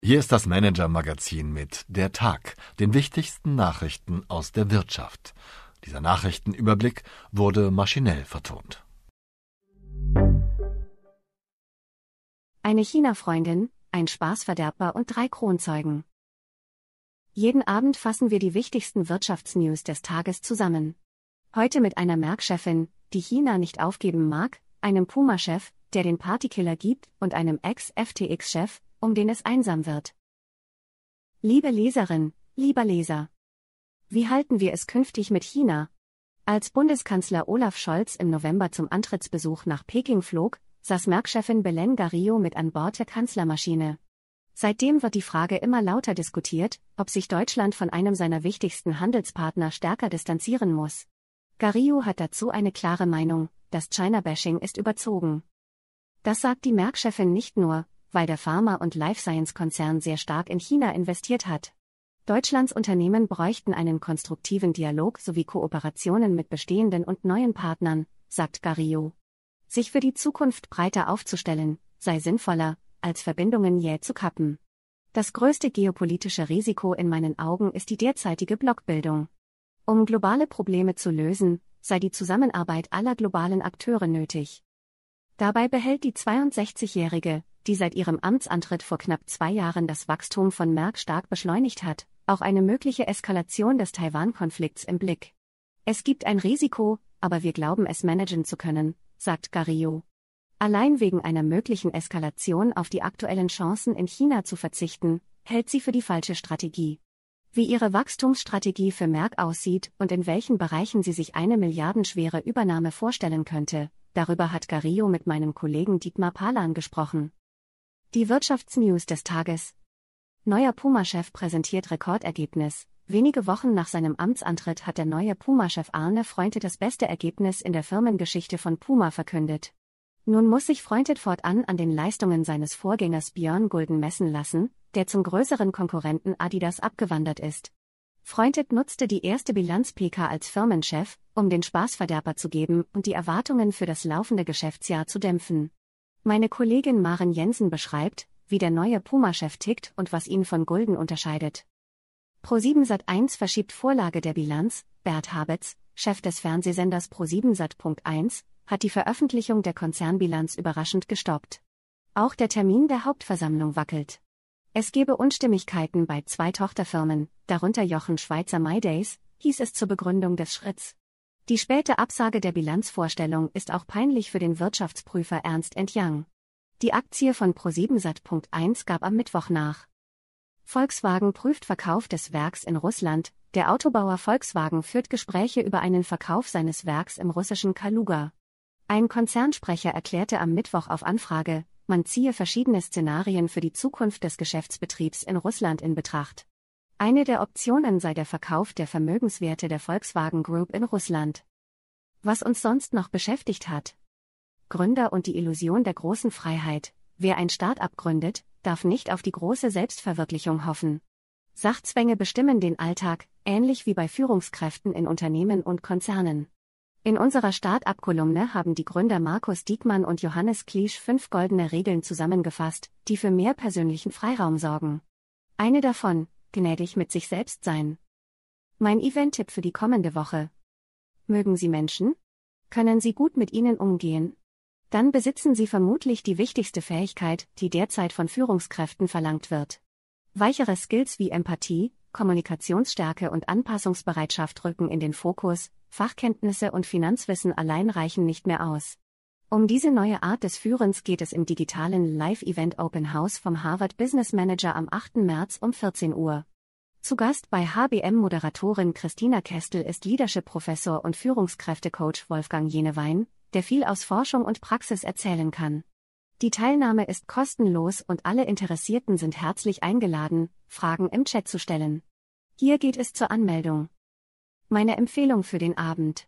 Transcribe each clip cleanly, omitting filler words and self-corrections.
Hier ist das Manager-Magazin mit Der Tag, den wichtigsten Nachrichten aus der Wirtschaft. Dieser Nachrichtenüberblick wurde maschinell vertont. Eine China-Freundin, ein Spaßverderber und 3 Kronzeugen. Jeden Abend fassen wir die wichtigsten Wirtschaftsnews des Tages zusammen. Heute mit einer Merck-Chefin, die China nicht aufgeben mag, einem Puma-Chef, der den Partykiller gibt, und einem Ex-FTX-Chef, um den es einsam wird. Liebe Leserin, lieber Leser. Wie halten wir es künftig mit China? Als Bundeskanzler Olaf Scholz im November zum Antrittsbesuch nach Peking flog, saß Merck-Chefin Belén Garijo mit an Bord der Kanzlermaschine. Seitdem wird die Frage immer lauter diskutiert, ob sich Deutschland von einem seiner wichtigsten Handelspartner stärker distanzieren muss. Garijo hat dazu eine klare Meinung: Das China-Bashing ist überzogen. Das sagt die Merck-Chefin nicht nur, weil der Pharma- und Life-Science-Konzern sehr stark in China investiert hat. Deutschlands Unternehmen bräuchten einen konstruktiven Dialog sowie Kooperationen mit bestehenden und neuen Partnern, sagt Garijo. Sich für die Zukunft breiter aufzustellen, sei sinnvoller, als Verbindungen jäh zu kappen. Das größte geopolitische Risiko in meinen Augen ist die derzeitige Blockbildung. Um globale Probleme zu lösen, sei die Zusammenarbeit aller globalen Akteure nötig. Dabei behält die 62-Jährige, die seit ihrem Amtsantritt vor knapp 2 Jahren das Wachstum von Merck stark beschleunigt hat, auch eine mögliche Eskalation des Taiwan-Konflikts im Blick. Es gibt ein Risiko, aber wir glauben es managen zu können, sagt Garijo. Allein wegen einer möglichen Eskalation auf die aktuellen Chancen in China zu verzichten, hält sie für die falsche Strategie. Wie ihre Wachstumsstrategie für Merck aussieht und in welchen Bereichen sie sich eine milliardenschwere Übernahme vorstellen könnte, darüber hat Garijo mit meinem Kollegen Dietmar Palan gesprochen. Die Wirtschaftsnews des Tages. Neuer Puma-Chef präsentiert Rekordergebnis. Wenige Wochen nach seinem Amtsantritt hat der neue Puma-Chef Arne Freunte das beste Ergebnis in der Firmengeschichte von Puma verkündet. Nun muss sich Freunte fortan an den Leistungen seines Vorgängers Björn Gulden messen lassen, der zum größeren Konkurrenten Adidas abgewandert ist. Freunte nutzte die erste Bilanz-PK als Firmenchef, um den Spaßverderber zu geben und die Erwartungen für das laufende Geschäftsjahr zu dämpfen. Meine Kollegin Maren Jensen beschreibt, wie der neue Puma-Chef tickt und was ihn von Gulden unterscheidet. ProSiebenSat.1 verschiebt Vorlage der Bilanz. Bert Habetz, Chef des Fernsehsenders ProSiebenSat.1, hat die Veröffentlichung der Konzernbilanz überraschend gestoppt. Auch der Termin der Hauptversammlung wackelt. Es gebe Unstimmigkeiten bei 2 Tochterfirmen, darunter Jochen Schweizer MyDays, hieß es zur Begründung des Schritts. Die späte Absage der Bilanzvorstellung ist auch peinlich für den Wirtschaftsprüfer Ernst & Young. Die Aktie von ProSiebenSat.1 gab am Mittwoch nach. Volkswagen prüft Verkauf des Werks in Russland. Der Autobauer Volkswagen führt Gespräche über einen Verkauf seines Werks im russischen Kaluga. Ein Konzernsprecher erklärte am Mittwoch auf Anfrage, man ziehe verschiedene Szenarien für die Zukunft des Geschäftsbetriebs in Russland in Betracht. Eine der Optionen sei der Verkauf der Vermögenswerte der Volkswagen Group in Russland. Was uns sonst noch beschäftigt hat? Gründer und die Illusion der großen Freiheit. Wer ein Start-up gründet, darf nicht auf die große Selbstverwirklichung hoffen. Sachzwänge bestimmen den Alltag, ähnlich wie bei Führungskräften in Unternehmen und Konzernen. In unserer Start-up-Kolumne haben die Gründer Markus Diekmann und Johannes Kliesch 5 goldene Regeln zusammengefasst, die für mehr persönlichen Freiraum sorgen. Eine davon: gnädig mit sich selbst sein. Mein Event-Tipp für die kommende Woche. Mögen Sie Menschen? Können Sie gut mit ihnen umgehen? Dann besitzen Sie vermutlich die wichtigste Fähigkeit, die derzeit von Führungskräften verlangt wird. Weichere Skills wie Empathie, Kommunikationsstärke und Anpassungsbereitschaft rücken in den Fokus. Fachkenntnisse und Finanzwissen allein reichen nicht mehr aus. Um diese neue Art des Führens geht es im digitalen Live-Event Open House vom Harvard Business Manager am 8. März um 14 Uhr. Zu Gast bei HBM-Moderatorin Christina Kestel ist Leadership-Professor und Führungskräftecoach Wolfgang Jenewein, der viel aus Forschung und Praxis erzählen kann. Die Teilnahme ist kostenlos und alle Interessierten sind herzlich eingeladen, Fragen im Chat zu stellen. Hier geht es zur Anmeldung. Meine Empfehlung für den Abend.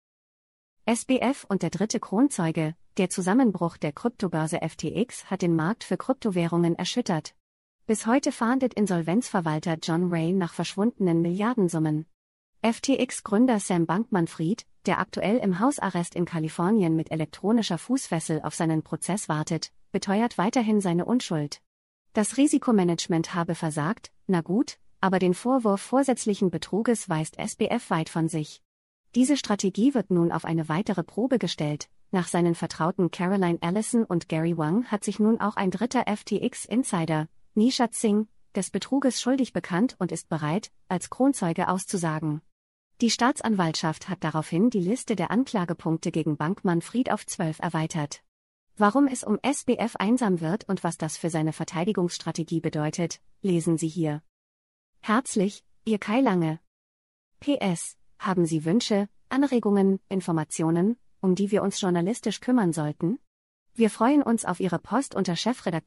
SBF und der 3. Kronzeuge, der Zusammenbruch der Kryptobörse FTX hat den Markt für Kryptowährungen erschüttert. Bis heute fahndet Insolvenzverwalter John Ray nach verschwundenen Milliardensummen. FTX-Gründer Sam Bankman-Fried, der aktuell im Hausarrest in Kalifornien mit elektronischer Fußfessel auf seinen Prozess wartet, beteuert weiterhin seine Unschuld. Das Risikomanagement habe versagt, na gut, aber den Vorwurf vorsätzlichen Betruges weist SBF weit von sich. Diese Strategie wird nun auf eine weitere Probe gestellt. Nach seinen Vertrauten Caroline Ellison und Gary Wang hat sich nun auch ein dritter FTX-Insider, Nishad Singh, des Betruges schuldig bekannt und ist bereit, als Kronzeuge auszusagen. Die Staatsanwaltschaft hat daraufhin die Liste der Anklagepunkte gegen Bankmann-Fried auf 12 erweitert. Warum es um SBF einsam wird und was das für seine Verteidigungsstrategie bedeutet, lesen Sie hier. Herzlich, Ihr Kai Lange. PS. Haben Sie Wünsche, Anregungen, Informationen, um die wir uns journalistisch kümmern sollten? Wir freuen uns auf Ihre Post unter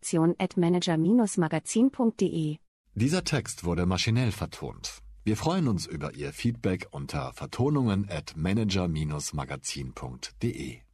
chefredaktion@manager-magazin.de. Dieser Text wurde maschinell vertont. Wir freuen uns über Ihr Feedback unter vertonungen@manager-magazin.de.